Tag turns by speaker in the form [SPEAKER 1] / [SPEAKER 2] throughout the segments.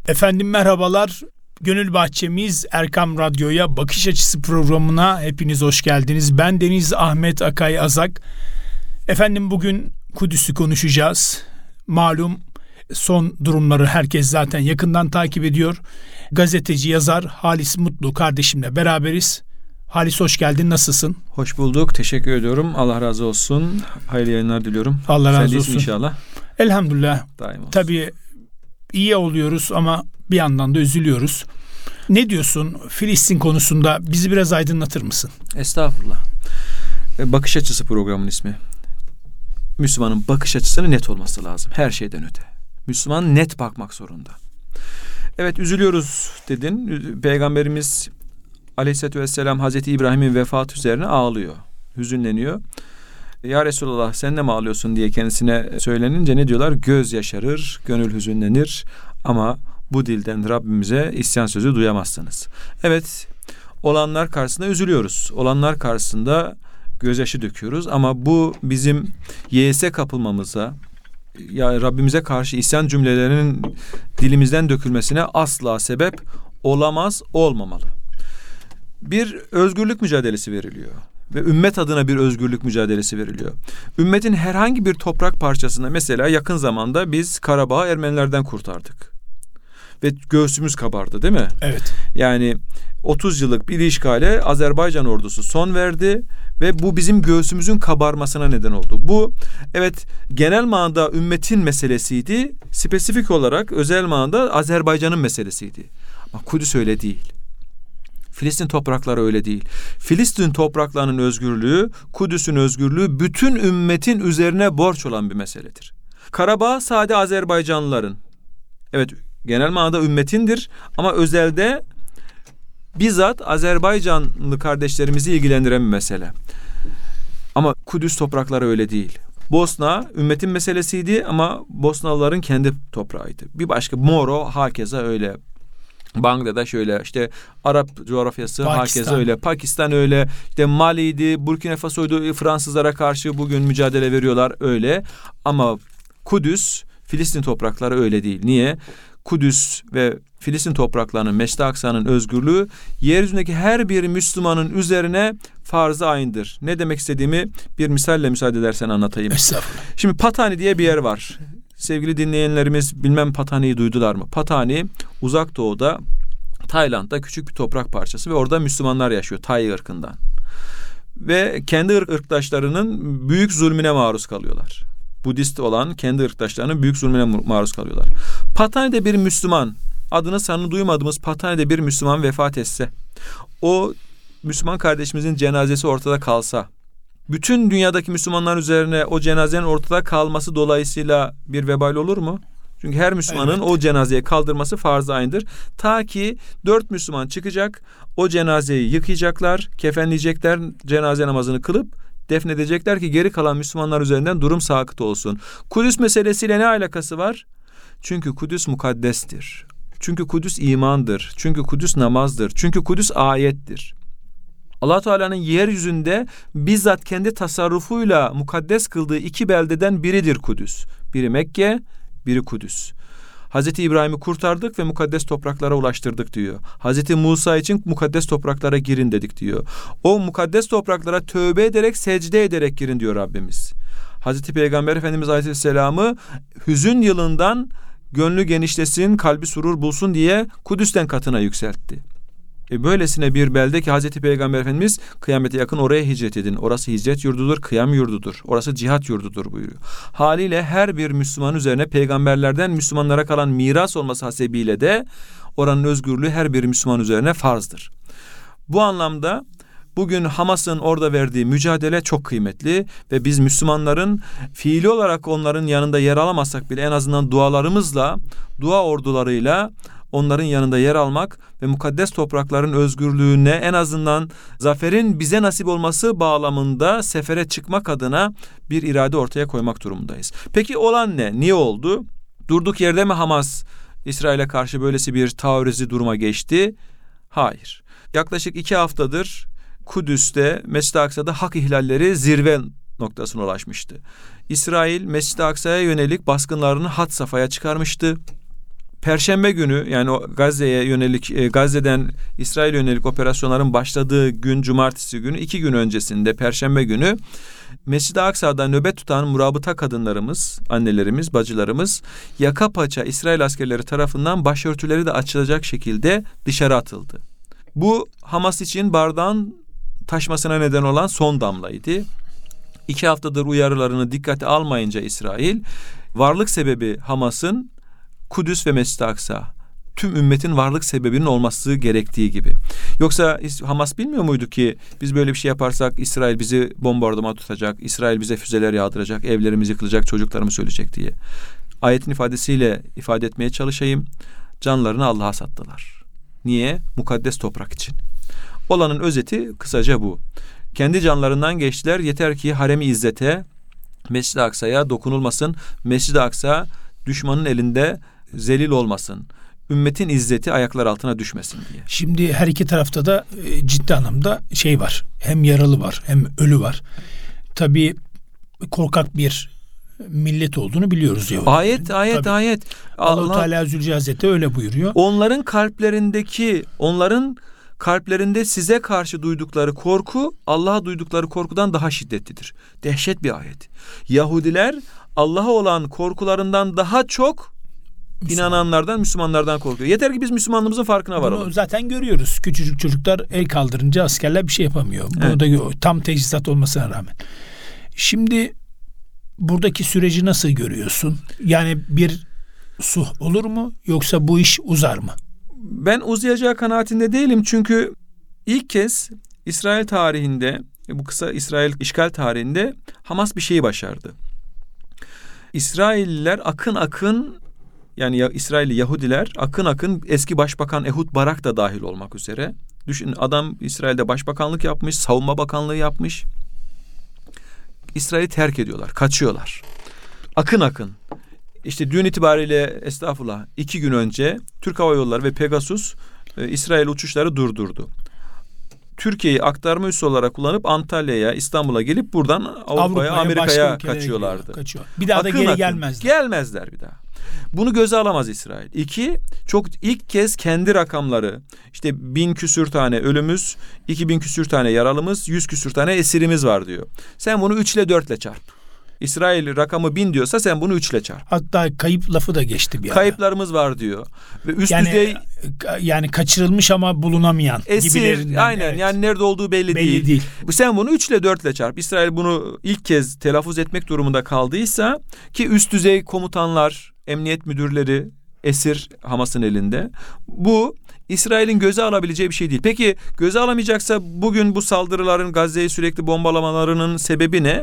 [SPEAKER 1] Efendim merhabalar. Gönül Bahçemiz Erkam Radyo'ya Bakış Açısı programına hepiniz hoş geldiniz. Ben Deniz Ahmet Akay Azak. Efendim bugün Kudüs'ü konuşacağız. Malum son durumları herkes zaten yakından takip ediyor. Gazeteci, yazar Halis Mutlu kardeşimle beraberiz. Halis hoş geldin, nasılsın?
[SPEAKER 2] Hoş bulduk, teşekkür ediyorum. Allah razı olsun. Hayırlı yayınlar diliyorum.
[SPEAKER 1] Allah razı olsun.
[SPEAKER 2] İnşallah.
[SPEAKER 1] Elhamdülillah.
[SPEAKER 2] Daim olsun.
[SPEAKER 1] Tabii iyi oluyoruz ama bir yandan da üzülüyoruz. Ne diyorsun Filistin konusunda? Bizi biraz aydınlatır mısın?
[SPEAKER 2] Estağfurullah. Bakış Açısı programın ismi. Müslümanın bakış açısının net olması lazım. Her şeyden öte. Müslüman net bakmak zorunda. Evet, üzülüyoruz dedin. Peygamberimiz Aleyhisselatü Vesselam Hazreti İbrahim'in vefatı üzerine ağlıyor. Hüzünleniyor. Ya Resulallah sen de mi ağlıyorsun diye kendisine söylenince ne diyorlar? Göz yaşarır, gönül hüzünlenir ama bu dilden Rabbimize isyan sözü duyamazsınız. Evet, olanlar karşısında üzülüyoruz. Olanlar karşısında gözyaşı döküyoruz ama bu bizim yeğese kapılmamıza, ya Rabbimize karşı isyan cümlelerinin dilimizden dökülmesine asla sebep olamaz, olmamalı. Bir özgürlük mücadelesi veriliyor ve ümmet adına bir özgürlük mücadelesi veriliyor. Ümmetin herhangi bir toprak parçasında, mesela yakın zamanda biz Karabağ'ı Ermenilerden kurtardık. Ve göğsümüz kabardı, değil mi?
[SPEAKER 1] Evet.
[SPEAKER 2] Yani 30 yıllık bir işgale Azerbaycan ordusu son verdi ve bu bizim göğsümüzün kabarmasına neden oldu. Bu evet genel manada ümmetin meselesiydi. Spesifik olarak özel manada Azerbaycan'ın meselesiydi. Ama Kudüs öyle değil. Filistin toprakları öyle değil. Filistin topraklarının özgürlüğü, Kudüs'ün özgürlüğü bütün ümmetin üzerine borç olan bir meseledir. Karabağ sade Azerbaycanlıların, evet genel manada ümmetindir ama özelde bizzat Azerbaycanlı kardeşlerimizi ilgilendiren bir mesele. Ama Kudüs toprakları öyle değil. Bosna ümmetin meselesiydi ama Bosnalıların kendi toprağıydı. Bir başka Moro hakeza öyle. Bangladeş öyle, işte Arap coğrafyası hakeza öyle, Pakistan öyle, işte Mali'ydi, Burkina Faso'ydu, Fransızlara karşı bugün mücadele veriyorlar öyle. Ama Kudüs, Filistin toprakları öyle değil. Niye? Kudüs ve Filistin topraklarının, Mescid-i Aksa'nın özgürlüğü yeryüzündeki her bir Müslümanın üzerine farz-ı aynıdır. Ne demek istediğimi bir misalle müsaade edersen anlatayım. Şimdi Patani diye bir yer var. Sevgili dinleyenlerimiz bilmem Patani'yi duydular mı? Patani Uzak Doğu'da, Tayland'da küçük bir toprak parçası ve orada Müslümanlar yaşıyor Tay ırkından. Ve kendi ırktaşlarının büyük zulmüne maruz kalıyorlar. Budist olan kendi ırktaşlarının büyük zulmüne maruz kalıyorlar. Patani'de bir Müslüman, adını sanını duymadığımız Patani'de bir Müslüman vefat etse, o Müslüman kardeşimizin cenazesi ortada kalsa, bütün dünyadaki Müslümanlar üzerine o cenazenin ortada kalması dolayısıyla bir vebal olur mu? Çünkü her Müslümanın o cenazeye kaldırması farz-ı aynıdır. Ta ki 4 Müslüman çıkacak, o cenazeyi yıkayacaklar, kefenleyecekler, cenaze namazını kılıp defnedecekler ki geri kalan Müslümanlar üzerinden durum sakıt olsun. Kudüs meselesiyle ne alakası var? Çünkü Kudüs mukaddestir. Çünkü Kudüs imandır. Çünkü Kudüs namazdır. Çünkü Kudüs ayettir. Allah Teala'nın yeryüzünde bizzat kendi tasarrufuyla mukaddes kıldığı 2 beldeden biridir Kudüs. Biri Mekke, biri Kudüs. Hazreti İbrahim'i kurtardık ve mukaddes topraklara ulaştırdık diyor. Hazreti Musa için mukaddes topraklara girin dedik diyor. O mukaddes topraklara tövbe ederek, secde ederek girin diyor Rabbimiz. Hazreti Peygamber Efendimiz Aleyhisselam'ı hüzün yılından gönlü genişlesin, kalbi surur bulsun diye Kudüs'ten katına yükseltti. Böylesine bir belde ki Hazreti Peygamber Efendimiz kıyamete yakın oraya hicret edin. Orası hicret yurdudur, kıyam yurdudur. Orası cihat yurdudur buyuruyor. Haliyle her bir Müslüman üzerine peygamberlerden Müslümanlara kalan miras olması hasebiyle de oranın özgürlüğü her bir Müslüman üzerine farzdır. Bu anlamda bugün Hamas'ın orada verdiği mücadele çok kıymetli ve biz Müslümanların fiili olarak onların yanında yer alamazsak bile en azından dualarımızla, dua ordularıyla onların yanında yer almak ve mukaddes toprakların özgürlüğüne en azından zaferin bize nasip olması bağlamında sefere çıkmak adına bir irade ortaya koymak durumundayız. Peki olan ne? Niye oldu? Durduk yerde mi Hamas İsrail'e karşı böylesi bir taarruzi duruma geçti? Hayır. Yaklaşık 2 haftadır Kudüs'te, Mescid-i Aksa'da hak ihlalleri zirve noktasına ulaşmıştı. İsrail Mescid-i Aksa'ya yönelik baskınlarını had safhaya çıkarmıştı. Perşembe günü, yani o Gazze'ye yönelik, Gazze'den İsrail'e yönelik operasyonların başladığı gün, cumartesi günü, 2 gün öncesinde Perşembe günü Mescid-i Aksa'da nöbet tutan murabıta kadınlarımız, annelerimiz, bacılarımız yaka paça İsrail askerleri tarafından başörtüleri de açılacak şekilde dışarı atıldı. Bu Hamas için bardağın taşmasına neden olan son damlaydı. 2 haftadır uyarılarını dikkate almayınca İsrail, varlık sebebi Hamas'ın Kudüs ve Mescid-i Aksa, tüm ümmetin varlık sebebinin olması gerektiği gibi. Yoksa Hamas bilmiyor muydu ki biz böyle bir şey yaparsak İsrail bizi bombardıman tutacak, İsrail bize füzeler yağdıracak, evlerimiz yıkılacak, çocuklarımız ölecek diye. Ayetin ifadesiyle ifade etmeye çalışayım. Canlarını Allah'a sattılar. Niye? Mukaddes toprak için. Olanın özeti kısaca bu. Kendi canlarından geçtiler. Yeter ki harem-i izzete, Mescid-i Aksa'ya dokunulmasın. Mescid-i Aksa düşmanın elinde zelil olmasın. Ümmetin izzeti ayaklar altına düşmesin diye.
[SPEAKER 1] Şimdi her iki tarafta da ciddi anlamda şey var. Hem yaralı var hem ölü var. Tabii korkak bir millet olduğunu biliyoruz ya.
[SPEAKER 2] Ayet.
[SPEAKER 1] Allah-u Teala Zülcelal'de öyle buyuruyor.
[SPEAKER 2] Onların kalplerinde size karşı duydukları korku Allah'a duydukları korkudan daha şiddetlidir. Dehşet bir ayet. Yahudiler Allah'a olan korkularından daha çok İnananlardan, Müslümanlardan korkuyor. Yeter ki biz Müslümanlığımızın farkına varalım.
[SPEAKER 1] Bunu zaten görüyoruz. Küçücük çocuklar el kaldırınca askerler bir şey yapamıyor. Bunu da tam teçhizat olmasına rağmen. Şimdi buradaki süreci nasıl görüyorsun? Yani bir sulh olur mu yoksa bu iş uzar mı?
[SPEAKER 2] Ben uzayacağı kanaatinde değilim. Çünkü ilk kez İsrail tarihinde, bu kısa İsrail işgal tarihinde Hamas bir şeyi başardı. İsrailliler akın yani İsrailli Yahudiler akın eski başbakan Ehud Barak da dahil olmak üzere. Düşün, adam İsrail'de başbakanlık yapmış, savunma bakanlığı yapmış. İsrail'i terk ediyorlar, kaçıyorlar. Akın. İşte dün itibariyle 2 gün önce Türk Hava Yolları ve Pegasus İsrail uçuşları durdurdu. Türkiye'yi aktarma üssü olarak kullanıp Antalya'ya, İstanbul'a gelip buradan Avrupa'ya, Amerika'ya kaçıyorlardı.
[SPEAKER 1] Bir daha da geri gelmezler.
[SPEAKER 2] Gelmezler bir daha. Bunu göze alamaz İsrail. 2, ilk kez kendi rakamları, işte 1000 küsür tane ölümüz, 2000 küsür tane yaralımız, 100 küsür tane esirimiz var diyor. Sen bunu 3 ile 4 ile çarp. İsrail rakamı 1000 diyorsa sen bunu 3 ile çarp.
[SPEAKER 1] Hatta kayıp lafı da geçti bir ara.
[SPEAKER 2] Kayıplarımız var diyor. Ve üst düzey
[SPEAKER 1] yani kaçırılmış ama bulunamayan
[SPEAKER 2] esir,
[SPEAKER 1] gibilerinden.
[SPEAKER 2] aynen evet. Yani nerede olduğu belli değil. Sen bunu 3 ile 4 ile çarp. İsrail bunu ilk kez telaffuz etmek durumunda kaldıysa ki üst düzey komutanlar, emniyet müdürleri esir Hamas'ın elinde. Bu İsrail'in göze alabileceği bir şey değil. Peki göze alamayacaksa bugün bu saldırıların, Gazze'yi sürekli bombalamalarının sebebi ne?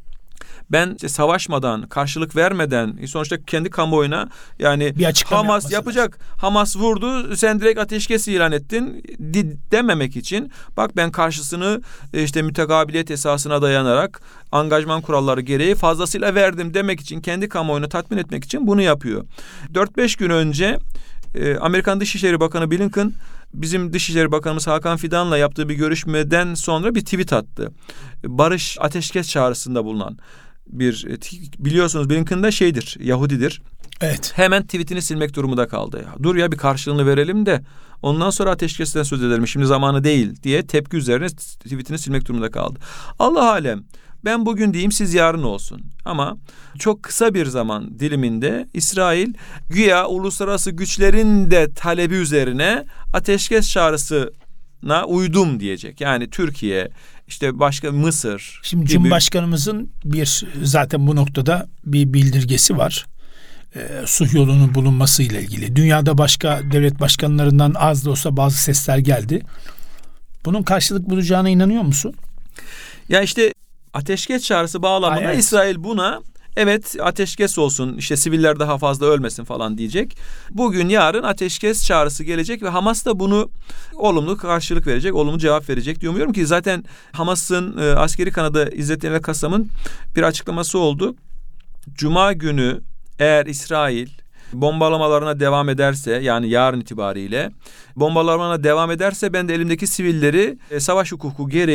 [SPEAKER 2] Ben savaşmadan, karşılık vermeden, sonuçta kendi kamuoyuna yani Hamas yapacak. Lazım. Hamas vurdu, sen direkt ateşkes ilan ettin dememek için bak ben karşısını işte mütekabiliyet esasına dayanarak angajman kuralları gereği fazlasıyla verdim demek için, kendi kamuoyunu tatmin etmek için bunu yapıyor. 4-5 gün önce Amerikan Dışişleri Bakanı Blinken bizim Dışişleri Bakanımız Hakan Fidan'la yaptığı bir görüşmeden sonra bir tweet attı. Barış, ateşkes çağrısında bulunan biliyorsunuz Blinken de Yahudidir.
[SPEAKER 1] Evet.
[SPEAKER 2] Hemen tweetini silmek durumunda kaldı. Dur ya bir karşılığını verelim de ondan sonra ateşkesten söz edelim. Şimdi zamanı değil diye tepki üzerine tweetini silmek durumunda kaldı. Allah alem. Ben bugün diyeyim, siz yarın olsun. Ama çok kısa bir zaman diliminde İsrail güya uluslararası güçlerin de talebi üzerine ateşkes çağrısına uydum diyecek. Yani Türkiye, işte başka Mısır.
[SPEAKER 1] Şimdi gibi. Cumhurbaşkanımızın zaten bu noktada bir bildirgesi var. Sulh yolunun bulunmasıyla ilgili. Dünyada başka devlet başkanlarından az da olsa bazı sesler geldi. Bunun karşılık bulacağına inanıyor musun?
[SPEAKER 2] Ya işte ateşkes çağrısı bağlamında
[SPEAKER 1] evet.
[SPEAKER 2] İsrail buna evet ateşkes olsun, işte siviller daha fazla ölmesin falan diyecek. Bugün yarın ateşkes çağrısı gelecek ve Hamas da bunu olumlu karşılık verecek, olumlu cevap verecek diye umuyorum ki zaten Hamas'ın askeri kanadı İzzettin El-Kassam'ın bir açıklaması oldu. Cuma günü eğer İsrail bombalamalarına devam ederse, yani yarın itibariyle bombalamalarına devam ederse ben de elimdeki sivilleri savaş hukuku gereği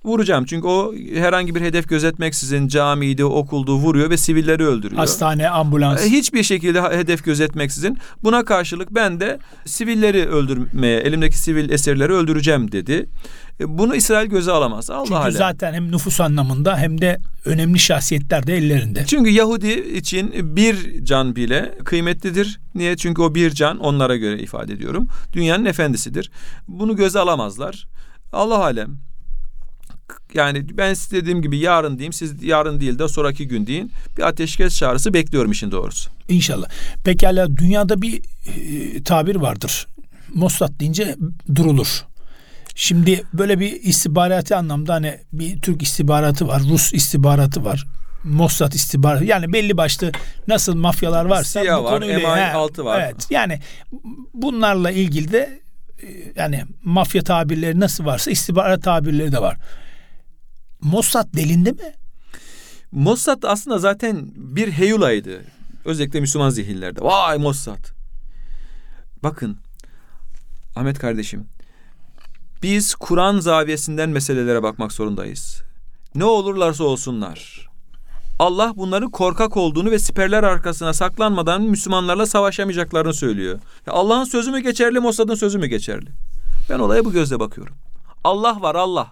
[SPEAKER 2] Vuracağım. Çünkü o herhangi bir hedef gözetmeksizin camiydi, okuldu vuruyor ve sivilleri öldürüyor.
[SPEAKER 1] Hastane, ambulans.
[SPEAKER 2] Hiçbir şekilde hedef gözetmeksizin. Buna karşılık ben de sivilleri öldürmeye, elimdeki sivil esirleri öldüreceğim dedi. Bunu İsrail göze alamaz.
[SPEAKER 1] Çünkü zaten hem nüfus anlamında hem de önemli şahsiyetler de ellerinde.
[SPEAKER 2] Çünkü Yahudi için bir can bile kıymetlidir. Niye? Çünkü o bir can, onlara göre ifade ediyorum, dünyanın efendisidir. Bunu göze alamazlar. Allah alem. Yani ben size dediğim gibi yarın diyeyim, siz yarın değil de sonraki gün deyin. Bir ateşkes çağrısı bekliyorum işin doğrusu.
[SPEAKER 1] İnşallah. Pekala, dünyada bir tabir vardır. Mossad deyince durulur. Şimdi böyle bir istihbarati anlamda hani bir Türk istihbaratı var, Rus istihbaratı var, Mossad istihbaratı, yani belli başlı nasıl mafyalar varsa
[SPEAKER 2] CIA
[SPEAKER 1] bu
[SPEAKER 2] var,
[SPEAKER 1] konuyla
[SPEAKER 2] MI6 var.
[SPEAKER 1] Evet, yani bunlarla ilgili de yani mafya tabirleri nasıl varsa istihbarat tabirleri de var. Mossad delindi mi?
[SPEAKER 2] Mossad aslında zaten bir heyulaydı. Özellikle Müslüman zihinlerde. Vay Mossad. Bakın Ahmet kardeşim, biz Kur'an zaviyesinden meselelere bakmak zorundayız. Ne olurlarsa olsunlar. Allah bunların korkak olduğunu ve siperler arkasına saklanmadan Müslümanlarla savaşamayacaklarını söylüyor. Allah'ın sözü mü geçerli, Mossad'ın sözü mü geçerli? Ben olaya bu gözle bakıyorum. Allah var, Allah.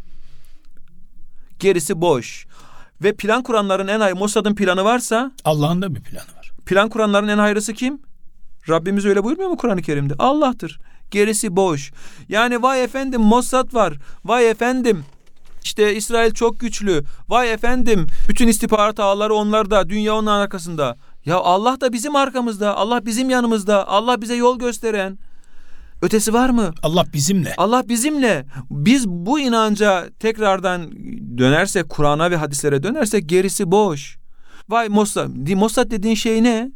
[SPEAKER 2] Gerisi boş. Ve plan kuranların en hayırlısı, Mossad'ın planı varsa
[SPEAKER 1] Allah'ın da bir planı var.
[SPEAKER 2] Plan kuranların en hayırlısı kim? Rabbimiz öyle buyurmuyor mu Kur'an-ı Kerim'de? Allah'tır. Gerisi boş. Yani vay efendim Mossad var. Vay efendim işte İsrail çok güçlü. Vay efendim bütün istihbarat ağları onlarda. Dünya onun arkasında. Ya Allah da bizim arkamızda. Allah bizim yanımızda. Allah bize yol gösteren. Ötesi var mı?
[SPEAKER 1] Allah bizimle.
[SPEAKER 2] Allah bizimle. Biz bu inanca tekrardan dönersek, Kur'an'a ve hadislere dönersek gerisi boş. Vay Mossad. Mossad dediğin şey ne?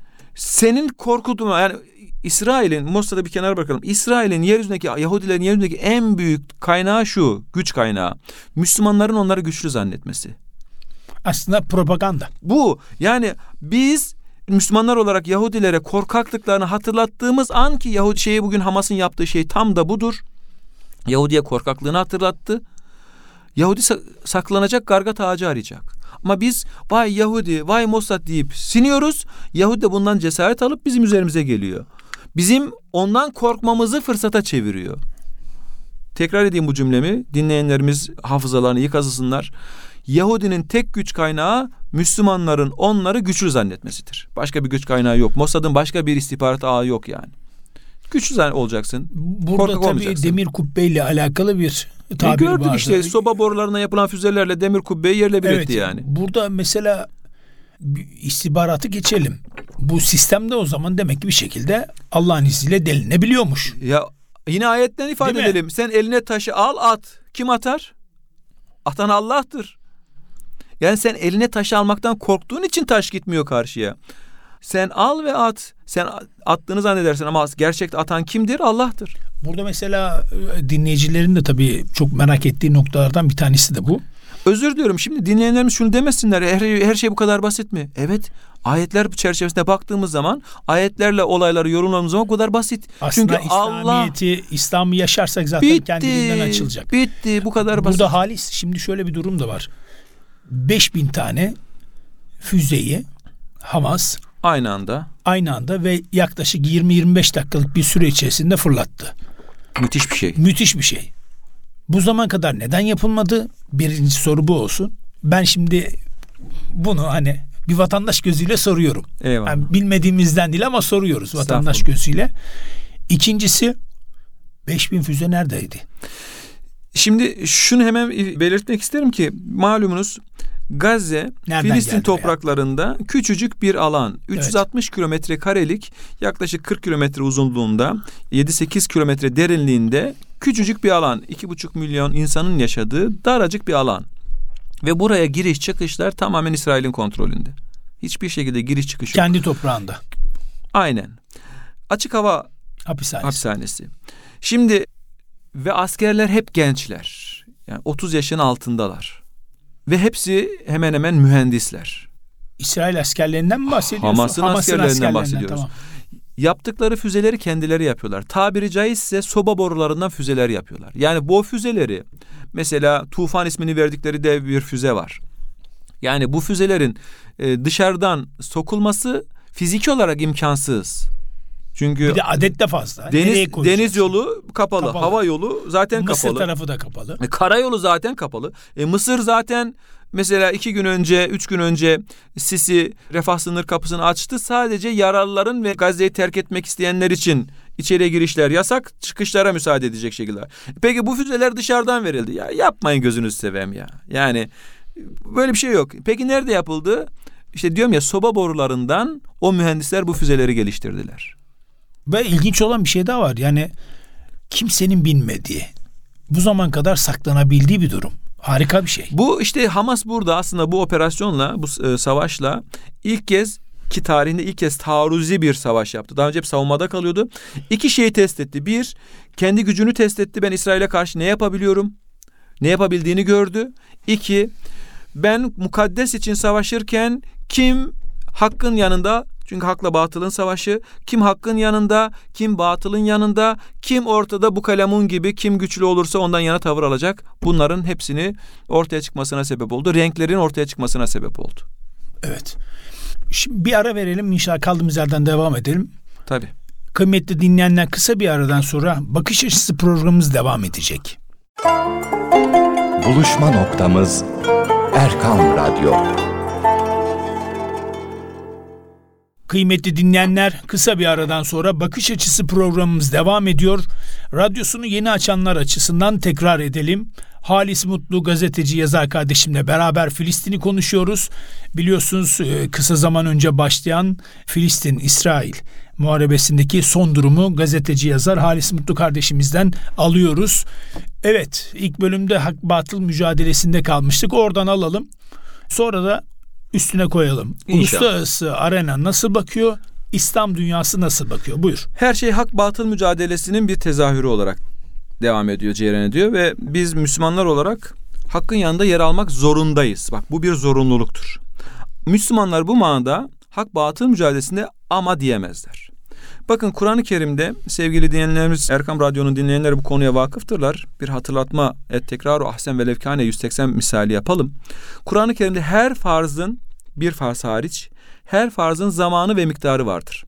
[SPEAKER 2] Senin korkutma, yani İsrail'in, Mossad'ı bir kenara bırakalım. İsrail'in yeryüzündeki, Yahudilerin yeryüzündeki en büyük kaynağı şu, güç kaynağı. Müslümanların onları güçlü zannetmesi.
[SPEAKER 1] Aslında propaganda.
[SPEAKER 2] Bu, yani biz Müslümanlar olarak Yahudilere korkaklıklarını hatırlattığımız an ki Yahudi bugün Hamas'ın yaptığı şey tam da budur. Yahudi'ye korkaklığını hatırlattı. Yahudi saklanacak, gargat ağacı arayacak. Ama biz vay Yahudi, vay Mossad deyip siniyoruz. Yahudi de bundan cesaret alıp bizim üzerimize geliyor. Bizim ondan korkmamızı fırsata çeviriyor. Tekrar edeyim bu cümlemi. Dinleyenlerimiz hafızalarını yıkasınlar. Yahudinin tek güç kaynağı Müslümanların onları güçlü zannetmesidir. Başka bir güç kaynağı yok. Mossad'ın başka bir istihbarat ağı yok yani. Güçlü olacaksın.
[SPEAKER 1] Burada tabii demir kubbeyle alakalı bir tabir
[SPEAKER 2] gördük
[SPEAKER 1] vardı.
[SPEAKER 2] işte soba borularına yapılan füzelerle demir kubbeyi yerle bir etti yani.
[SPEAKER 1] Burada mesela istihbaratı geçelim. Bu sistemde o zaman demek ki bir şekilde Allah'ın izniyle delinebiliyormuş.
[SPEAKER 2] Ya yine ayetten ifade edelim. Sen eline taşı al at. Kim atar? Atan Allah'tır. Yani sen eline taşı almaktan korktuğun için taş gitmiyor karşıya. Sen al ve at. Sen attığını zannedersin ama gerçekte atan kimdir? Allah'tır.
[SPEAKER 1] Burada mesela dinleyicilerin de tabii çok merak ettiği noktalardan bir tanesi de bu.
[SPEAKER 2] Özür diliyorum. Şimdi dinleyenlerimiz şunu demesinler. Her şey bu kadar basit mi? Evet. Ayetler çerçevesinde baktığımız zaman, ayetlerle olayları yorumladığımız zaman o kadar basit.
[SPEAKER 1] Aslında
[SPEAKER 2] çünkü
[SPEAKER 1] İslam'ı yaşarsak zaten kendiliğinden açılacak.
[SPEAKER 2] Bitti. Bu kadar basit.
[SPEAKER 1] Burada halis. Şimdi şöyle bir durum da var. 5000 tane füzeyi Hamas aynı anda ve yaklaşık 20-25 dakikalık bir süre içerisinde fırlattı.
[SPEAKER 2] Müthiş bir şey.
[SPEAKER 1] Müthiş bir şey. Bu zaman kadar neden yapılmadı? Birinci soru bu olsun. Ben şimdi bunu hani bir vatandaş gözüyle soruyorum.
[SPEAKER 2] Eyvallah.
[SPEAKER 1] Yani bilmediğimizden değil ama soruyoruz vatandaş gözüyle. İkincisi 5000 füze neredeydi?
[SPEAKER 2] Şimdi şunu hemen belirtmek isterim ki malumunuz Gazze,
[SPEAKER 1] nereden
[SPEAKER 2] Filistin topraklarında küçücük bir alan. 360 kilometre karelik, yaklaşık 40 kilometre uzunluğunda, 7-8 kilometre derinliğinde küçücük bir alan. 2,5 milyon insanın yaşadığı daracık bir alan. Ve buraya giriş çıkışlar tamamen İsrail'in kontrolünde. Hiçbir şekilde giriş çıkış yok.
[SPEAKER 1] Kendi toprağında.
[SPEAKER 2] Aynen. Açık hava hapishanesi. Şimdi ve askerler hep gençler. Yani 30 yaşın altındalar. Ve hepsi hemen hemen mühendisler.
[SPEAKER 1] İsrail askerlerinden mi bahsediyorsun?
[SPEAKER 2] Hamas'ın askerlerinden bahsediyoruz.
[SPEAKER 1] Tamam.
[SPEAKER 2] yaptıkları füzeleri kendileri yapıyorlar. Tabiri caizse soba borularından füzeler yapıyorlar. Yani bu füzeleri, mesela Tufan ismini verdikleri dev bir füze var. Yani bu füzelerin dışarıdan sokulması fiziki olarak imkansız. Çünkü
[SPEAKER 1] bir de adet de fazla.
[SPEAKER 2] Deniz yolu kapalı. Hava yolu zaten
[SPEAKER 1] Mısır
[SPEAKER 2] kapalı.
[SPEAKER 1] Mısır tarafı da kapalı.
[SPEAKER 2] Karayolu zaten kapalı. Mısır zaten mesela 2 gün önce, 3 gün önce Sisi refah sınır kapısını açtı. Sadece yaralıların ve Gazze'yi terk etmek isteyenler için içeriye girişler yasak, çıkışlara müsaade edecek şekilde. Peki bu füzeler dışarıdan verildi. Ya yapmayın, gözünüzü seveyim ya. Yani böyle bir şey yok. Peki nerede yapıldı? İşte diyorum ya, soba borularından o mühendisler bu füzeleri geliştirdiler.
[SPEAKER 1] Ve ilginç olan bir şey daha var. Yani kimsenin bilmediği, bu zaman kadar saklanabildiği bir durum. Harika bir şey.
[SPEAKER 2] Bu işte Hamas burada aslında bu operasyonla, bu savaşla ilk kez ki tarihinde ilk kez taarruzi bir savaş yaptı. Daha önce hep savunmada kalıyordu. 2 şeyi test etti. 1, kendi gücünü test etti. Ben İsrail'e karşı ne yapabiliyorum? Ne yapabildiğini gördü. 2, ben mukaddes için savaşırken kim hakkın yanında? Çünkü hakla batılın savaşı. Kim hakkın yanında, kim batılın yanında, kim ortada bu kalemun gibi, kim güçlü olursa ondan yana tavır alacak. Bunların hepsini ortaya çıkmasına sebep oldu. Renklerin ortaya çıkmasına sebep oldu.
[SPEAKER 1] Evet. Şimdi bir ara verelim. İnşallah kaldığımız yerden devam edelim.
[SPEAKER 2] Tabii.
[SPEAKER 1] Kıymetli dinleyenler, kısa bir aradan sonra Bakış Açısı programımız devam edecek.
[SPEAKER 3] Buluşma noktamız Erkam Radyo.
[SPEAKER 1] Kıymetli dinleyenler, kısa bir aradan sonra Bakış Açısı programımız devam ediyor. Radyosunu yeni açanlar açısından tekrar edelim. Halis Mutlu gazeteci, yazar kardeşimle beraber Filistin'i konuşuyoruz. Biliyorsunuz kısa zaman önce başlayan Filistin-İsrail muharebesindeki son durumu gazeteci, yazar Halis Mutlu kardeşimizden alıyoruz. Evet, ilk bölümde hak batıl mücadelesinde kalmıştık. Oradan alalım. Sonra da üstüne koyalım.
[SPEAKER 2] İnşallah.
[SPEAKER 1] Uluslararası arena nasıl bakıyor? İslam dünyası nasıl bakıyor? Buyur.
[SPEAKER 2] Her şey hak batıl mücadelesinin bir tezahürü olarak devam ediyor, cereyan ediyor ve biz Müslümanlar olarak hakkın yanında yer almak zorundayız. Bak, bu bir zorunluluktur. Müslümanlar bu manada hak batıl mücadelesinde ama diyemezler. Bakın, Kur'an-ı Kerim'de sevgili dinleyenlerimiz, Erkam Radyo'nun dinleyenleri bu konuya vakıftırlar. Bir hatırlatma, tekrar-u ahsen ve levkâne 180 misali yapalım. Kur'an-ı Kerim'de her farzın, bir farz hariç, her farzın zamanı ve miktarı vardır.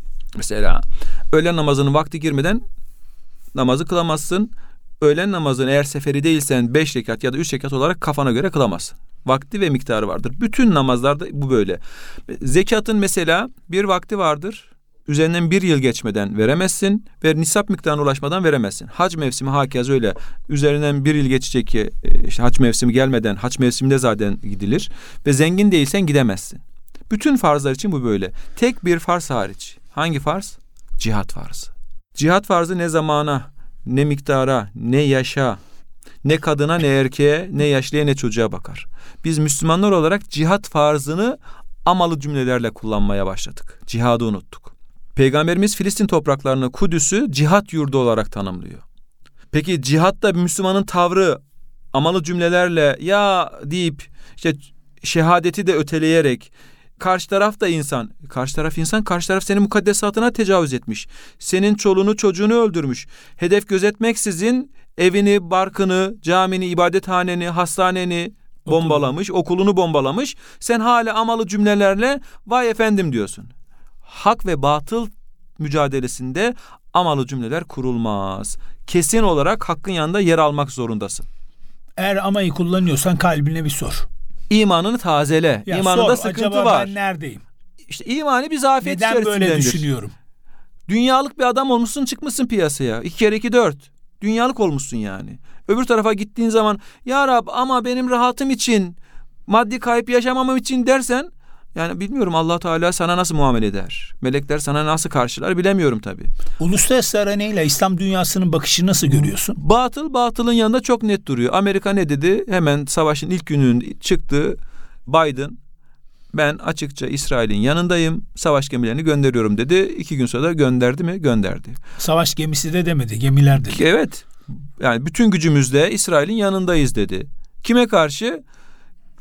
[SPEAKER 2] Mesela öğlen namazının vakti girmeden namazı kılamazsın. Öğlen namazını eğer seferi değilsen 5 rekat ya da 3 rekat olarak kafana göre kılamazsın. Vakti ve miktarı vardır. Bütün namazlarda bu böyle. Zekatın mesela bir vakti vardır. Üzerinden 1 yıl geçmeden veremezsin ve nisap miktarına ulaşmadan veremezsin. Hac mevsimi hakeza öyle. Üzerinden 1 yıl geçecek ki işte hac mevsimi gelmeden, hac mevsiminde zaten gidilir ve zengin değilsen gidemezsin. Bütün farzlar için bu böyle. Tek bir farz hariç. Hangi farz? Cihat farzı. Cihat farzı ne zamana, ne miktara, ne yaşa, ne kadına, ne erkeğe, ne yaşlıya, ne çocuğa bakar. Biz Müslümanlar olarak cihat farzını amalı cümlelerle kullanmaya başladık. Cihadı unuttuk. Peygamberimiz Filistin topraklarını, Kudüs'ü cihat yurdu olarak tanımlıyor. Peki cihatta bir Müslümanın tavrı amalı cümlelerle ya deyip işte şehadeti de öteleyerek, karşı taraf da insan. Karşı taraf senin mukaddesatına tecavüz etmiş. Senin çoluğunu çocuğunu öldürmüş. Hedef gözetmeksizin evini, barkını, camini, ibadethaneni, hastaneni bombalamış, okulunu bombalamış. Sen hala amalı cümlelerle vay efendim diyorsun. Hak ve batıl mücadelesinde amalı cümleler kurulmaz. Kesin olarak hakkın yanında yer almak zorundasın.
[SPEAKER 1] Eğer amayı kullanıyorsan kalbine bir sor.
[SPEAKER 2] İmanını tazele.
[SPEAKER 1] Ya
[SPEAKER 2] İmanında
[SPEAKER 1] sor,
[SPEAKER 2] sıkıntı
[SPEAKER 1] acaba
[SPEAKER 2] var.
[SPEAKER 1] Ben neredeyim?
[SPEAKER 2] İşte imani bir zafiyet
[SPEAKER 1] Neden
[SPEAKER 2] içerisindendir.
[SPEAKER 1] böyle düşünüyorum?
[SPEAKER 2] Dünyalık bir adam olmuşsun, çıkmışsın piyasaya. 2 kere 2 4. Dünyalık olmuşsun yani. Öbür tarafa gittiğin zaman ya Rab ama benim rahatım için, maddi kayıp yaşamamam için dersen, yani bilmiyorum Allah Teala sana nasıl muamele eder. Melekler sana nasıl karşılar bilemiyorum tabii.
[SPEAKER 1] Uluslararası arenayla İslam dünyasının bakışını nasıl görüyorsun?
[SPEAKER 2] Batılın yanında çok net duruyor. Amerika ne dedi? Hemen savaşın ilk gününde çıktı Biden. Ben açıkça İsrail'in yanındayım. Savaş gemilerini gönderiyorum dedi. 2 gün sonra da gönderdi mi? Gönderdi.
[SPEAKER 1] Savaş gemisi de demedi, gemiler dedi.
[SPEAKER 2] Evet. Yani bütün gücümüzle İsrail'in yanındayız dedi. Kime karşı?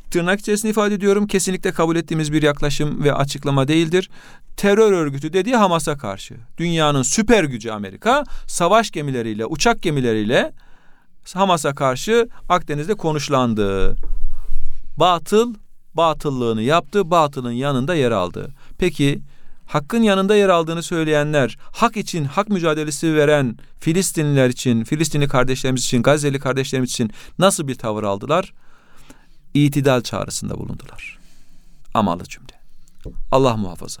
[SPEAKER 2] tırnak içerisinde ifade ediyorum, kesinlikle kabul ettiğimiz bir yaklaşım ve açıklama değildir. Terör örgütü dediği Hamas'a karşı. Dünyanın süper gücü Amerika savaş gemileriyle, uçak gemileriyle Hamas'a karşı Akdeniz'de konuşlandı. Batıl batıllığını yaptı, batılın yanında yer aldı. Peki hakkın yanında yer aldığını söyleyenler, hak için hak mücadelesi veren Filistinliler için, Filistinli kardeşlerimiz için, Gazze'li kardeşlerimiz için nasıl bir tavır aldılar? İtidal çağrısında bulundular. Amalı cümle. Allah muhafaza.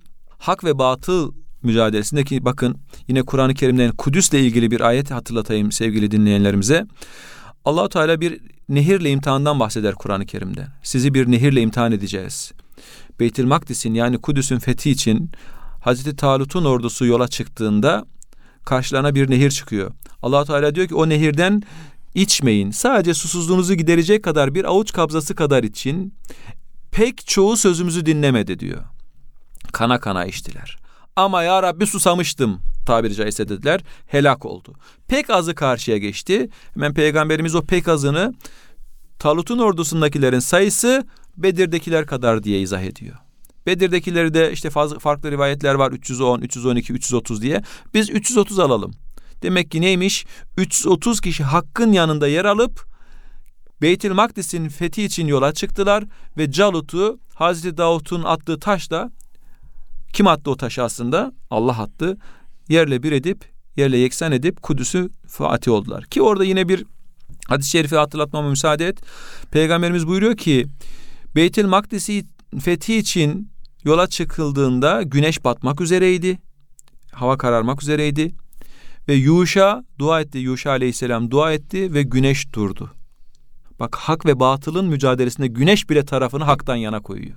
[SPEAKER 2] Hak ve batıl mücadelesindeki, bakın yine Kur'an-ı Kerim'den Kudüs'le ilgili bir ayet hatırlatayım sevgili dinleyenlerimize. Allah-u Teala bir nehirle imtihandan bahseder Kur'an-ı Kerim'de. Sizi bir nehirle imtihan edeceğiz. Beytül Makdis'in yani Kudüs'ün fethi için Hazreti Talut'un ordusu yola çıktığında karşılarına bir nehir çıkıyor. Allah-u Teala diyor ki o nehirden içmeyin. Sadece susuzluğunuzu giderecek kadar, bir avuç kabzası kadar için. Pek çoğu sözümüzü dinlemedi diyor. Kana kana içtiler. Ama ya Rabbi susamıştım tabiri caizse dediler. Helak oldu. Pek azı karşıya geçti. Hemen Peygamberimiz o pek azını Talut'un ordusundakilerin sayısı Bedir'dekiler kadar diye izah ediyor. Bedir'dekileri de işte farklı rivayetler var. 310, 312, 330 diye. Biz 330 alalım. Demek ki neymiş? 330 kişi hakkın yanında yer alıp Beytül Makdis'in fethi için yola çıktılar ve Calut'u Hazreti Davut'un attığı taşla, kim attı o taşı aslında? Allah attı. Yerle bir edip, yerle yeksan edip Kudüs'ü fatih oldular. Ki orada yine bir hadis-i şerifi hatırlatmama müsaade et. Peygamberimiz buyuruyor ki Beytül Makdis'i fethi için yola çıkıldığında güneş batmak üzereydi. Hava kararmak üzereydi. Ve Yuşa dua etti. Yuşa aleyhisselam dua etti ve güneş durdu. Bak, hak ve batılın mücadelesinde güneş bile tarafını haktan yana koyuyor.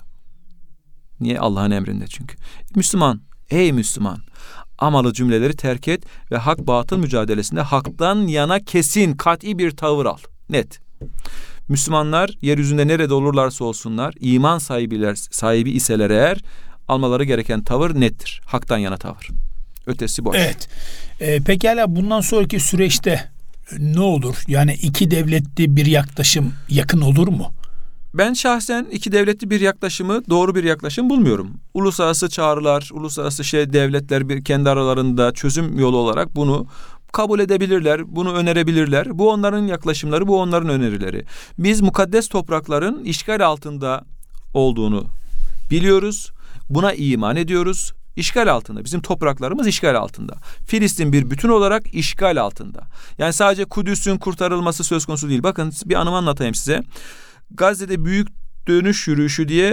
[SPEAKER 2] Niye? Allah'ın emrinde çünkü. Müslüman, ey Müslüman, amalı cümleleri terk et ve hak batıl mücadelesinde haktan yana kesin, kat'i bir tavır al. Net. Müslümanlar yeryüzünde nerede olurlarsa olsunlar, iman sahibi iseler eğer, almaları gereken tavır nettir. Haktan yana tavır. Ötesi boş.
[SPEAKER 1] Evet. Pekala, bundan sonraki süreçte ne olur? Yani iki devletli bir yaklaşım yakın olur mu?
[SPEAKER 2] Ben şahsen iki devletli bir yaklaşımı doğru bir yaklaşım bulmuyorum. Uluslararası çağrılar, uluslararası devletler kendi aralarında çözüm yolu olarak bunu kabul edebilirler, bunu önerebilirler. Bu onların yaklaşımları, bu onların önerileri. Biz mukaddes toprakların işgal altında olduğunu biliyoruz. Buna iman ediyoruz. İşgal altında. Bizim topraklarımız işgal altında. Filistin bir bütün olarak işgal altında. Yani sadece Kudüs'ün kurtarılması söz konusu değil. Bakın bir anımı anlatayım size. Gazze'de büyük dönüş yürüyüşü diye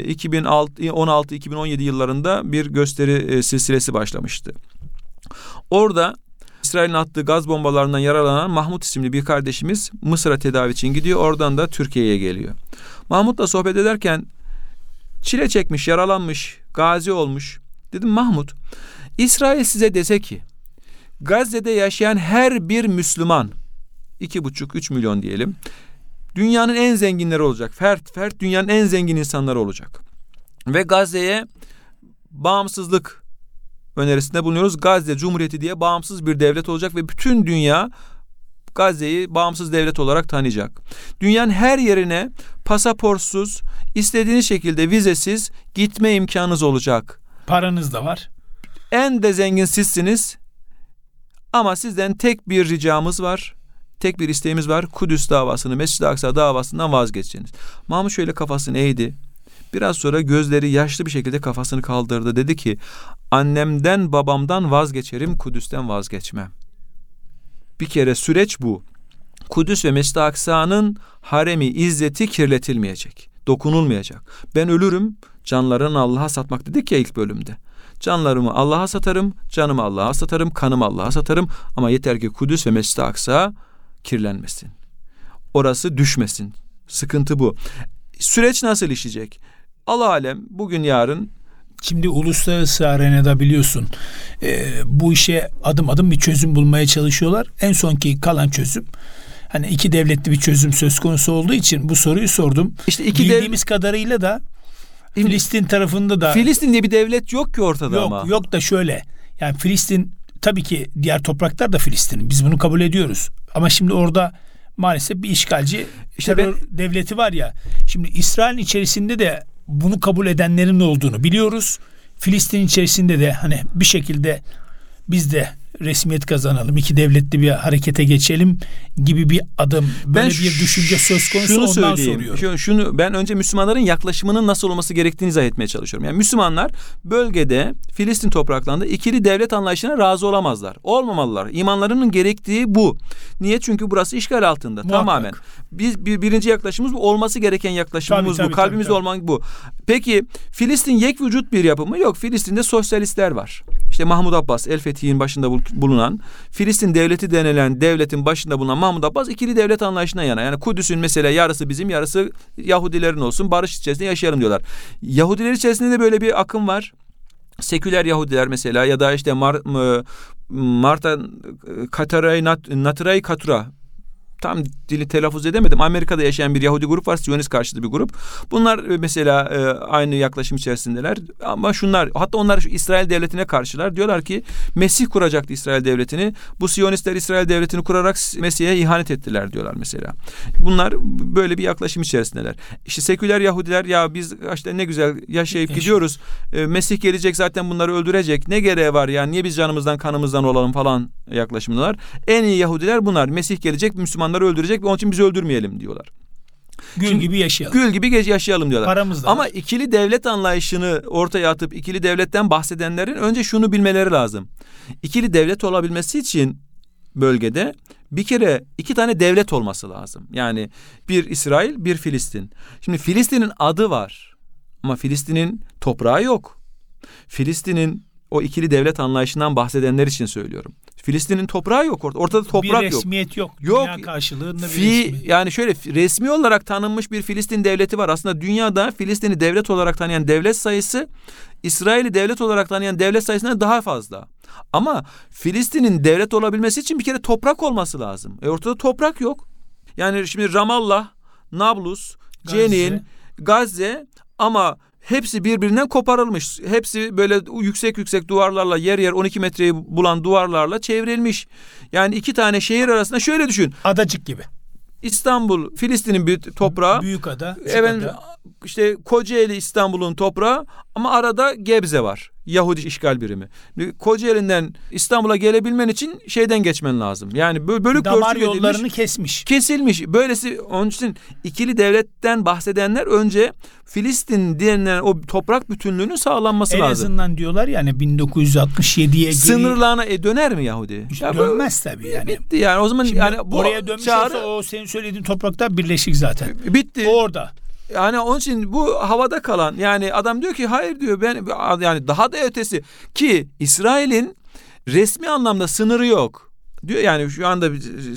[SPEAKER 2] 2016-2017 yıllarında bir gösteri silsilesi başlamıştı. Orada İsrail'in attığı gaz bombalarından yaralanan Mahmut isimli bir kardeşimiz Mısır'a tedavi için gidiyor. Oradan da Türkiye'ye geliyor. Mahmut'la sohbet ederken çile çekmiş, yaralanmış, gazi olmuş. Dedim, Mahmut, İsrail size dese ki Gazze'de yaşayan her bir Müslüman 2,5-3 milyon diyelim, dünyanın en zenginleri olacak. Fert dünyanın en zengin insanları olacak. Ve Gazze'ye bağımsızlık önerisinde bulunuyoruz. Gazze Cumhuriyeti diye bağımsız bir devlet olacak ve bütün dünya Gazze'yi bağımsız devlet olarak tanıyacak. Dünyanın her yerine pasaportsuz, istediğiniz şekilde vizesiz gitme imkanınız olacak.
[SPEAKER 1] Paranız da var.
[SPEAKER 2] En de zengin sizsiniz. Ama sizden tek bir ricamız var. Tek bir isteğimiz var. Kudüs davasını, Mescid-i Aksa davasından vazgeçeceğiniz. Mahmut şöyle kafasını eğdi. Biraz sonra gözleri yaşlı bir şekilde kafasını kaldırdı. Dedi ki, annemden babamdan vazgeçerim, Kudüs'ten vazgeçmem. Bir kere süreç bu. Kudüs ve Mescid-i Aksa'nın haremi, izzeti kirletilmeyecek. Dokunulmayacak. Ben ölürüm, canlarını Allah'a satmak dedik ya ilk bölümde. Canlarımı Allah'a satarım, canımı Allah'a satarım, kanımı Allah'a satarım. Ama yeter ki Kudüs ve Mescid-i Aksa kirlenmesin. Orası düşmesin. Sıkıntı bu. Süreç nasıl işleyecek? Allah alem, bugün yarın.
[SPEAKER 1] Şimdi uluslararası arenada biliyorsun bu işe adım adım bir çözüm bulmaya çalışıyorlar. En sonki kalan çözüm, hani iki devletli bir çözüm söz konusu olduğu için bu soruyu sordum. İşte bildiğimiz kadarıyla da Filistin tarafında da
[SPEAKER 2] Filistin diye bir devlet yok ki ortada ama.
[SPEAKER 1] Yok da şöyle. Yani Filistin tabii ki, diğer topraklar da Filistin. Biz bunu kabul ediyoruz. Ama şimdi orada maalesef bir işgalci
[SPEAKER 2] İşte
[SPEAKER 1] terör devleti var ya. Şimdi İsrail içerisinde de bunu kabul edenlerin olduğunu biliyoruz. Filistin içerisinde de hani bir şekilde biz de resmiyet kazanalım, iki devletli bir harekete geçelim gibi bir adım, böyle bir düşünce söz konusu, ondan soruyorum.
[SPEAKER 2] Şunu ben önce Müslümanların yaklaşımının nasıl olması gerektiğini izah etmeye çalışıyorum. Yani Müslümanlar bölgede Filistin topraklarında ikili devlet anlayışına razı olamazlar. Olmamalılar. İmanlarının gerektiği bu. Niye? Çünkü burası işgal altında.
[SPEAKER 1] Muhakkak.
[SPEAKER 2] Tamamen. Biz birinci yaklaşımımız bu. Olması gereken yaklaşımımız bu. Kalbimizde olmak bu. Peki Filistin yek vücut bir yapı mı? Yok. Filistin'de sosyalistler var. İşte Mahmud Abbas, El Fethi'nin başında bulunan, Filistin devleti denilen devletin başında bulunan Mahmud Abbas ikili devlet anlayışına yana. Yani Kudüs'ün mesela yarısı bizim, yarısı Yahudilerin olsun, barış içerisinde yaşayalım diyorlar. Yahudiler içerisinde de böyle bir akım var. Seküler Yahudiler mesela, ya da işte Marta Natray Katura, tam dili telaffuz edemedim. Amerika'da yaşayan bir Yahudi grup var. Siyonist karşıtı bir grup. Bunlar mesela aynı yaklaşım içerisindeler. Ama hatta onlar şu İsrail devletine karşılar. Diyorlar ki Mesih kuracaktı İsrail devletini. Bu Siyonistler İsrail devletini kurarak Mesih'e ihanet ettiler diyorlar mesela. Bunlar böyle bir yaklaşım içerisindeler. İşte seküler Yahudiler, ya biz işte ne güzel yaşayıp gidiyoruz. Mesih gelecek, zaten bunları öldürecek. Ne gereği var yani, niye biz canımızdan kanımızdan olalım falan yaklaşımdalar. En iyi Yahudiler bunlar. Mesih gelecek, Müslümanları öldürecek ve onun için biz öldürmeyelim diyorlar.
[SPEAKER 1] Gül gibi yaşayalım.
[SPEAKER 2] Gül gibi yaşayalım diyorlar.
[SPEAKER 1] Paramız da
[SPEAKER 2] ama
[SPEAKER 1] var.
[SPEAKER 2] ikili devlet anlayışını ortaya atıp ikili devletten bahsedenlerin önce şunu bilmeleri lazım. İkili devlet olabilmesi için bölgede bir kere iki tane devlet olması lazım. Yani bir İsrail, bir Filistin. Şimdi Filistin'in adı var ama Filistin'in toprağı yok. Filistin'in o ikili devlet anlayışından bahsedenler için söylüyorum. Filistin'in toprağı yok orada. Ortada toprak yok.
[SPEAKER 1] Bir resmiyet yok.
[SPEAKER 2] Yok.
[SPEAKER 1] Dünya karşılığında bir resmiyet.
[SPEAKER 2] Yani şöyle, resmi olarak tanınmış bir Filistin devleti var. Aslında dünyada Filistin'i devlet olarak tanıyan devlet sayısı İsrail'i devlet olarak tanıyan devlet sayısından daha fazla. Ama Filistin'in devlet olabilmesi için bir kere toprak olması lazım. Ortada toprak yok. Yani şimdi Ramallah, Nablus, Cenin, Gazze, ama hepsi birbirinden koparılmış. Hepsi böyle yüksek yüksek duvarlarla, yer yer 12 metreyi bulan duvarlarla çevrilmiş. Yani iki tane şehir arasında şöyle düşün.
[SPEAKER 1] Adacık gibi.
[SPEAKER 2] İstanbul, Filistin'in bir toprağı.
[SPEAKER 1] Büyük ada.
[SPEAKER 2] Evet, işte Kocaeli İstanbul'un toprağı ama arada Gebze var. Yahudi işgal birimi. Kocaeli'nden İstanbul'a gelebilmen için şeyden geçmen lazım. Yani bölük
[SPEAKER 1] damar
[SPEAKER 2] pörçük
[SPEAKER 1] yollarını
[SPEAKER 2] edilmiş,
[SPEAKER 1] kesmiş.
[SPEAKER 2] kesilmiş. Böylesi, onun için ikili devletten bahsedenler önce Filistin denilen o toprak bütünlüğünün sağlanması lazım.
[SPEAKER 1] En azından diyorlar yani 1967'ye geri
[SPEAKER 2] sınırlarına döner mi Yahudi?
[SPEAKER 1] Dönmez tabii yani.
[SPEAKER 2] Bitti yani. O zaman
[SPEAKER 1] şimdi
[SPEAKER 2] yani bu
[SPEAKER 1] oraya dönmüş olsa o senin söylediğin topraklar birleşik zaten.
[SPEAKER 2] Bitti.
[SPEAKER 1] Orada.
[SPEAKER 2] Yani onun için bu havada kalan, yani adam diyor ki hayır diyor, ben yani daha da ötesi ki İsrail'in resmi anlamda sınırı yok. Diyor yani şu anda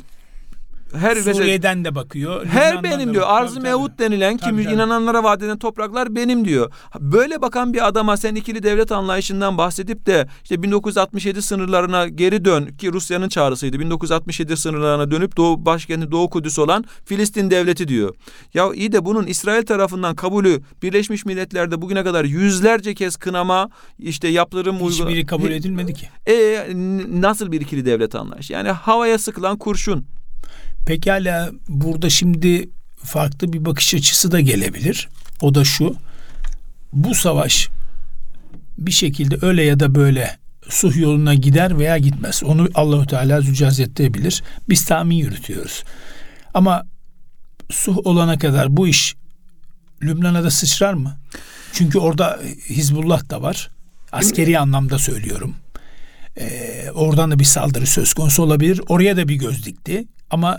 [SPEAKER 1] Suriye'den de bakıyor.
[SPEAKER 2] Her benim diyor. Arz-ı Mevut denilen ki inananlara vaat eden topraklar benim diyor. Böyle bakan bir adama sen ikili devlet anlayışından bahsedip de işte 1967 sınırlarına geri dön, ki Rusya'nın çağrısıydı. 1967 sınırlarına dönüp başkenti Doğu Kudüs olan Filistin devleti diyor. Ya iyi de bunun İsrail tarafından kabulü Birleşmiş Milletler'de bugüne kadar yüzlerce kez kınama, işte yaptırım
[SPEAKER 1] hiçbiri kabul edilmedi ki.
[SPEAKER 2] Nasıl bir ikili devlet anlayışı? Yani havaya sıkılan kurşun.
[SPEAKER 1] Pekala, burada şimdi farklı bir bakış açısı da gelebilir. O da şu: bu savaş bir şekilde öyle ya da böyle sulh yoluna gider veya gitmez. Onu Allahu Teala Zülcelal'de bilir. Biz tahmin yürütüyoruz. Ama sulh olana kadar bu iş Lübnan'a da sıçrar mı? Çünkü orada Hizbullah da var. Askeri anlamda söylüyorum. Oradan da bir saldırı söz konusu olabilir. Oraya da bir göz dikti. Ama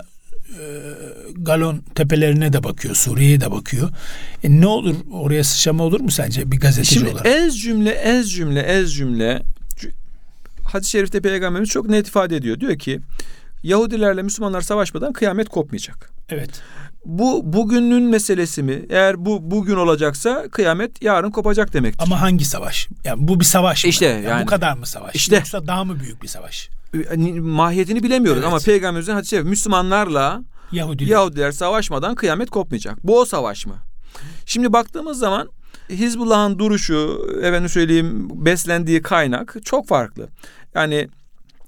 [SPEAKER 1] Galon tepelerine de bakıyor, Suriye'ye de bakıyor. Ne olur, oraya sıçrama olur mu sence bir gazeteci
[SPEAKER 2] şimdi
[SPEAKER 1] olarak?
[SPEAKER 2] Ez cümle hadis-i şerifte Peygamberimiz çok net ifade ediyor. Diyor ki Yahudilerle Müslümanlar savaşmadan kıyamet kopmayacak.
[SPEAKER 1] Evet.
[SPEAKER 2] Bu bugünün meselesi mi? Eğer bu bugün olacaksa kıyamet yarın kopacak demektir.
[SPEAKER 1] Ama hangi savaş? Yani bu bir savaş mı?
[SPEAKER 2] İşte yani
[SPEAKER 1] bu kadar mı savaş?
[SPEAKER 2] İşte,
[SPEAKER 1] yoksa daha mı büyük bir savaş?
[SPEAKER 2] Mahiyetini bilemiyoruz ama Peygamberimizin hadis-i şerifi Müslümanlarla Yahudiler savaşmadan kıyamet kopmayacak. Bu o savaş mı? Şimdi baktığımız zaman Hizbullah'ın duruşu, beslendiği kaynak çok farklı. Yani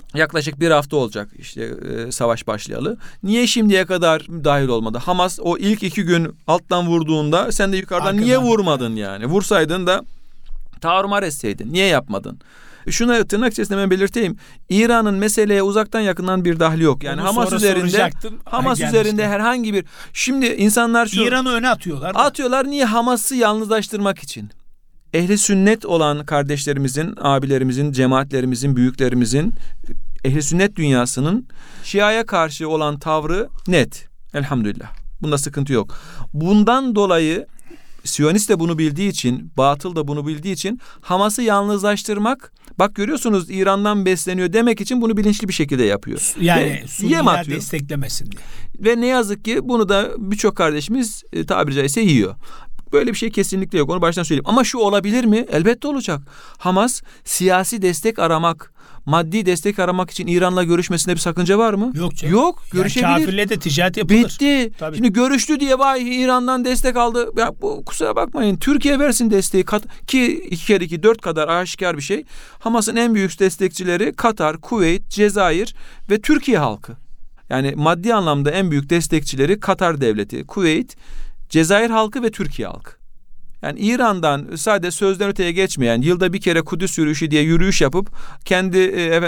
[SPEAKER 2] Yaklaşık bir hafta olacak işte savaş başlayalı. Niye şimdiye kadar dahil olmadı? Hamas o ilk 2 gün alttan vurduğunda sen de yukarıdan
[SPEAKER 1] arkadan
[SPEAKER 2] niye vurmadın yani? Vursaydın da tarumar etseydin. Niye yapmadın? Şuna tırnak içerisinde ben belirteyim. İran'ın meseleye uzaktan yakından bir dahli yok. Yani Hamas üzerinde herhangi bir... Şimdi insanlar
[SPEAKER 1] İran'ı öne atıyorlar.
[SPEAKER 2] Atıyorlar niye? Hamas'ı yalnızlaştırmak için. Ehli sünnet olan kardeşlerimizin, abilerimizin, cemaatlerimizin, büyüklerimizin, ehli sünnet dünyasının Şia'ya karşı olan tavrı net. Elhamdülillah. Bunda sıkıntı yok. Bundan dolayı Siyonist de bunu bildiği için, batıl da bunu bildiği için Hamas'ı yalnızlaştırmak, bak görüyorsunuz İran'dan besleniyor demek için bunu bilinçli bir şekilde yapıyor.
[SPEAKER 1] Yani Sünniler desteklemesin diye.
[SPEAKER 2] Ve ne yazık ki bunu da birçok kardeşimiz tabiri caizse yiyor. Böyle bir şey kesinlikle yok. Onu baştan söyleyeyim. Ama şu olabilir mi? Elbette olacak. Hamas siyasi destek aramak, maddi destek aramak için İran'la görüşmesinde bir sakınca var mı?
[SPEAKER 1] Yok canım.
[SPEAKER 2] Yok. Görüşebilir.
[SPEAKER 1] Yani kafirle de ticaret yapılır.
[SPEAKER 2] Bitti.
[SPEAKER 1] Tabii.
[SPEAKER 2] Şimdi görüştü diye vay İran'dan destek aldı. Ya bu kusura bakmayın. Türkiye versin desteği. Ki 2 kere 2 4 kadar aşikar bir şey. Hamas'ın en büyük destekçileri Katar, Kuveyt, Cezayir ve Türkiye halkı. Yani maddi anlamda en büyük destekçileri Katar devleti, Kuveyt, Cezayir halkı ve Türkiye halkı. Yani İran'dan sadece sözden öteye geçmeyen, yılda bir kere Kudüs yürüyüşü diye yürüyüş yapıp kendi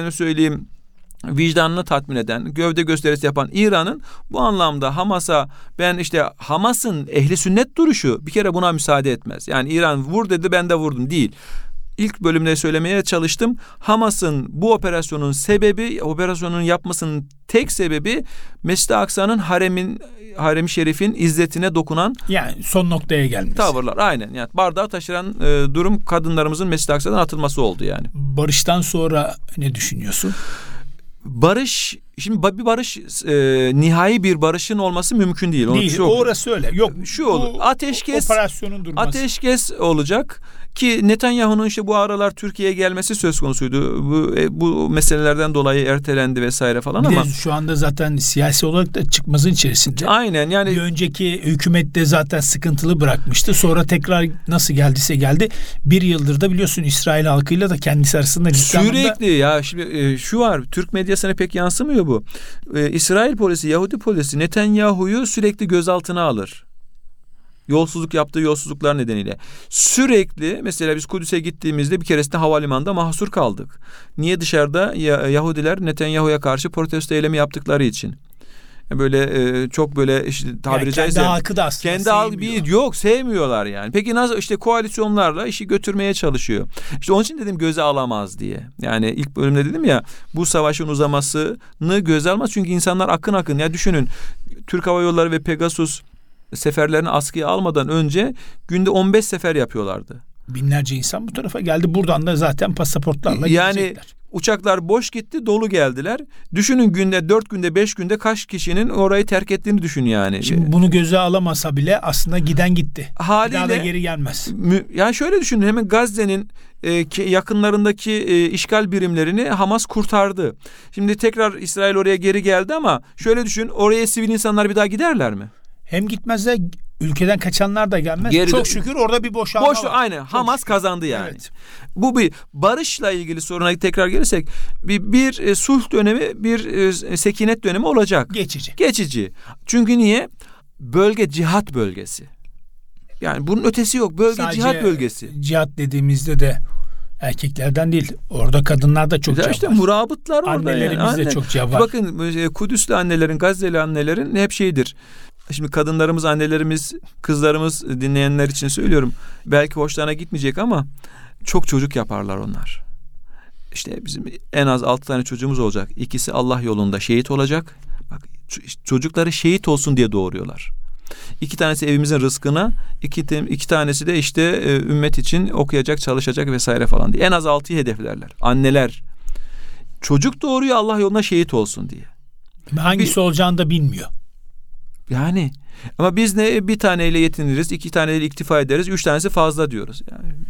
[SPEAKER 2] vicdanını tatmin eden, gövde gösterisi yapan İran'ın bu anlamda Hamas'a Hamas'ın ehli sünnet duruşu bir kere buna müsaade etmez. Yani İran vur dedi ben de vurdum değil. İlk bölümde söylemeye çalıştım. Hamas'ın bu operasyonun yapmasının tek sebebi Mescid-i Aksa'nın harem-i şerifin izzetine dokunan
[SPEAKER 1] yani son noktaya gelmesi.
[SPEAKER 2] Tavırlar aynen. Yani bardağı taşıran durum kadınlarımızın Mescid-i Aksa'dan atılması oldu yani.
[SPEAKER 1] Barıştan sonra ne düşünüyorsun?
[SPEAKER 2] Barış, şimdi bir barış nihai bir barışın olması mümkün değil.
[SPEAKER 1] Değil. Orası öyle. Yok.
[SPEAKER 2] Şu olur.
[SPEAKER 1] Operasyonun durması.
[SPEAKER 2] Ateşkes olacak ki Netanyahu'nun bu aralar Türkiye'ye gelmesi söz konusuydu. Bu meselelerden dolayı ertelendi vesaire falan ama
[SPEAKER 1] şu anda zaten siyasi olarak da çıkmazın içerisinde.
[SPEAKER 2] Aynen yani
[SPEAKER 1] bir önceki hükümet de zaten sıkıntılı bırakmıştı. Sonra tekrar nasıl geldiyse geldi. 1 yıldır da biliyorsun İsrail halkıyla da kendisi arasında
[SPEAKER 2] sürekli ya şimdi şu var. Türk medyasına pek yansımıyor bu. İsrail polisi, Yahudi polisi Netanyahu'yu sürekli gözaltına alır. Yaptığı yolsuzluklar nedeniyle. Sürekli mesela biz Kudüs'e gittiğimizde bir keresinde havalimanında mahsur kaldık. Niye? Dışarıda Yahudiler Netanyahu'ya karşı protesto eylemi yaptıkları için. Böyle çok böyle tabiri caizse
[SPEAKER 1] kendi halkı da aslında
[SPEAKER 2] sevmiyorlar yani. Peki nasıl koalisyonlarla işi götürmeye çalışıyor. Onun için dedim göze alamaz diye. Yani ilk bölümde dedim ya bu savaşın uzamasını göze almaz çünkü insanlar akın ya düşünün Türk Hava Yolları ve Pegasus seferlerini askıya almadan önce günde 15 sefer yapıyorlardı.
[SPEAKER 1] Binlerce insan bu tarafa geldi. Buradan da zaten pasaportlarla gidecekler.
[SPEAKER 2] Uçaklar boş gitti, dolu geldiler. Düşünün günde 4 günde 5 günde kaç kişinin orayı terk ettiğini düşün yani.
[SPEAKER 1] Şimdi bunu göze alamasa bile aslında giden gitti.
[SPEAKER 2] Haliyle,
[SPEAKER 1] bir daha da geri gelmez.
[SPEAKER 2] Yani şöyle düşünün hemen Gazze'nin yakınlarındaki işgal birimlerini Hamas kurtardı. Şimdi tekrar İsrail oraya geri geldi ama şöyle düşün oraya sivil insanlar bir daha giderler mi?
[SPEAKER 1] Hem gitmezler ülkeden kaçanlar da gelmez. Çok şükür orada bir boşalma var.
[SPEAKER 2] Aynen. Hamas kazandı yani. Evet. Bu bir barışla ilgili soruna tekrar gelirsek bir sulh dönemi, bir sekinet dönemi olacak. Geçici. Çünkü niye? Bölge cihat bölgesi. Yani bunun ötesi yok. Bölge sadece cihat bölgesi.
[SPEAKER 1] Cihat dediğimizde de erkeklerden değil. Orada kadınlar da çok var.
[SPEAKER 2] İşte murabıtlar orada.
[SPEAKER 1] Annelerimiz de çok var.
[SPEAKER 2] Bakın Kudüs'lü annelerin, Gazze'li annelerin hep şeydir. Şimdi kadınlarımız, annelerimiz, kızlarımız dinleyenler için söylüyorum. Belki hoşlarına gitmeyecek ama çok çocuk yaparlar onlar. İşte bizim en az 6 tane çocuğumuz olacak. 2'si Allah yolunda şehit olacak. Bak çocukları şehit olsun diye doğuruyorlar. 2 tanesi evimizin rızkına, 2 tanesi de ümmet için okuyacak, çalışacak vesaire falan diye. En az 6'yı hedeflerler. Anneler çocuk doğuruyor Allah yoluna şehit olsun diye.
[SPEAKER 1] Hangisi olacağını da bilmiyor.
[SPEAKER 2] Yani ama biz ne bir taneyle yetiniriz, 2 taneyle iktifa ederiz, 3 tanesi fazla diyoruz.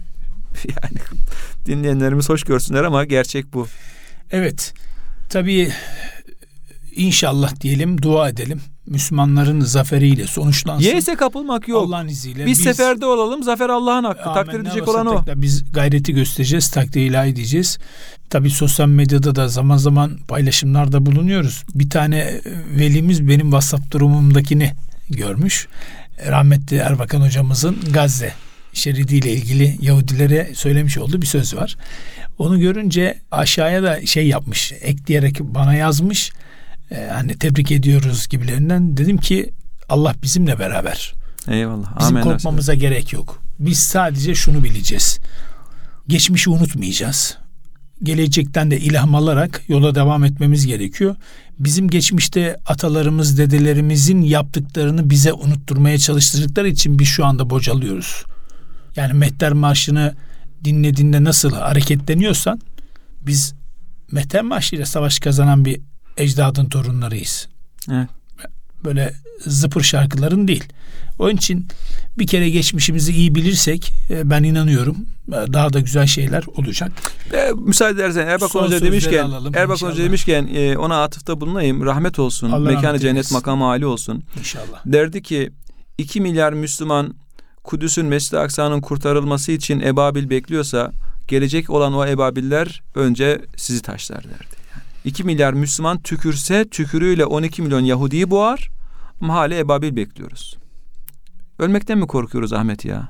[SPEAKER 2] Yani dinleyenlerimiz hoş görsünler ama gerçek bu.
[SPEAKER 1] Evet. Tabii inşallah diyelim, dua edelim. Müslümanların zaferiyle sonuçlansın.
[SPEAKER 2] Yeğse kapılmak yok.
[SPEAKER 1] Allah'ın izniyle.
[SPEAKER 2] Biz seferde olalım, zafer Allah'ın hakkı. Takdir edecek olan o.
[SPEAKER 1] Biz gayreti göstereceğiz, takdir ilahi diyeceğiz. Tabii sosyal medyada da zaman zaman paylaşımlarda bulunuyoruz. Bir tane velimiz benim WhatsApp durumumdakini görmüş. Rahmetli Erbakan hocamızın Gazze şeridiyle ilgili Yahudilere söylemiş olduğu bir söz var. Onu görünce aşağıya da yapmış, ekleyerek bana yazmış. Hani tebrik ediyoruz gibilerinden. Dedim ki Allah bizimle beraber.
[SPEAKER 2] Eyvallah.
[SPEAKER 1] Bizim
[SPEAKER 2] Amen.
[SPEAKER 1] korkmamıza gerek yok. Biz sadece şunu bileceğiz. Geçmişi unutmayacağız. Gelecekten de ilham alarak yola devam etmemiz gerekiyor. Bizim geçmişte atalarımız, dedelerimizin yaptıklarını bize unutturmaya çalıştırdıkları için biz şu anda bocalıyoruz. Yani Mehter Marşı'nı dinlediğinde nasıl hareketleniyorsan biz Mehter Marşı ile savaş kazanan bir ecdadın torunlarıyız.
[SPEAKER 2] Evet.
[SPEAKER 1] Böyle zıpır şarkıların değil. Onun için bir kere geçmişimizi iyi bilirsek ben inanıyorum daha da güzel şeyler olacak.
[SPEAKER 2] Müsaade edersen Erbakan Hoca demişken ona atıfta bulunayım. Rahmet olsun.
[SPEAKER 1] Allah
[SPEAKER 2] mekanı
[SPEAKER 1] rahmet
[SPEAKER 2] cennet,
[SPEAKER 1] eylesin.
[SPEAKER 2] makamı âli olsun.
[SPEAKER 1] İnşallah.
[SPEAKER 2] Derdi ki 2 milyar Müslüman Kudüs'ün Mescid-i Aksa'nın kurtarılması için ebabil bekliyorsa gelecek olan o ebabiller önce sizi taşlar derdi. 2 milyar Müslüman tükürse tükürüğüyle 12 milyon Yahudi'yi boğar ama hala ebabil bekliyoruz. Ölmekten mi korkuyoruz Ahmet ya?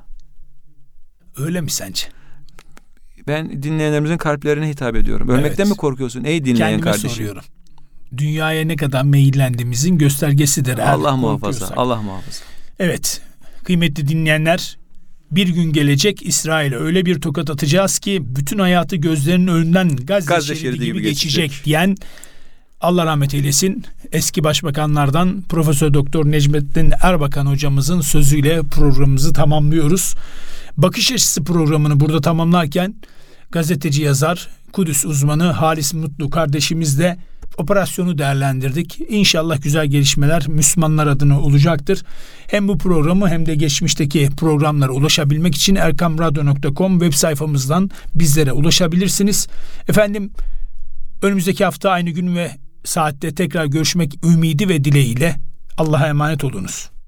[SPEAKER 1] Öyle mi sence?
[SPEAKER 2] Ben dinleyenlerimizin kalplerine hitap ediyorum. Ölmekten mi korkuyorsun ey dinleyen
[SPEAKER 1] kendime
[SPEAKER 2] kardeşim?
[SPEAKER 1] soruyorum. Dünyaya ne kadar meyillendiğimizin göstergesidir.
[SPEAKER 2] Allah muhafaza. Allah muhafaza.
[SPEAKER 1] Evet. Kıymetli dinleyenler, bir gün gelecek İsrail'e öyle bir tokat atacağız ki bütün hayatı gözlerinin önünden Gazze şeridi gibi geçecek diyen Allah rahmet eylesin eski başbakanlardan Profesör Doktor Necmettin Erbakan hocamızın sözüyle programımızı tamamlıyoruz. Bakış Açısı programını burada tamamlarken gazeteci yazar, Kudüs uzmanı Halis Mutlu kardeşimizle operasyonu değerlendirdik. İnşallah güzel gelişmeler Müslümanlar adına olacaktır. Hem bu programı hem de geçmişteki programlara ulaşabilmek için erkamradyo.com web sayfamızdan bizlere ulaşabilirsiniz. Efendim önümüzdeki hafta aynı gün ve saatte tekrar görüşmek ümidi ve dileğiyle Allah'a emanet olunuz.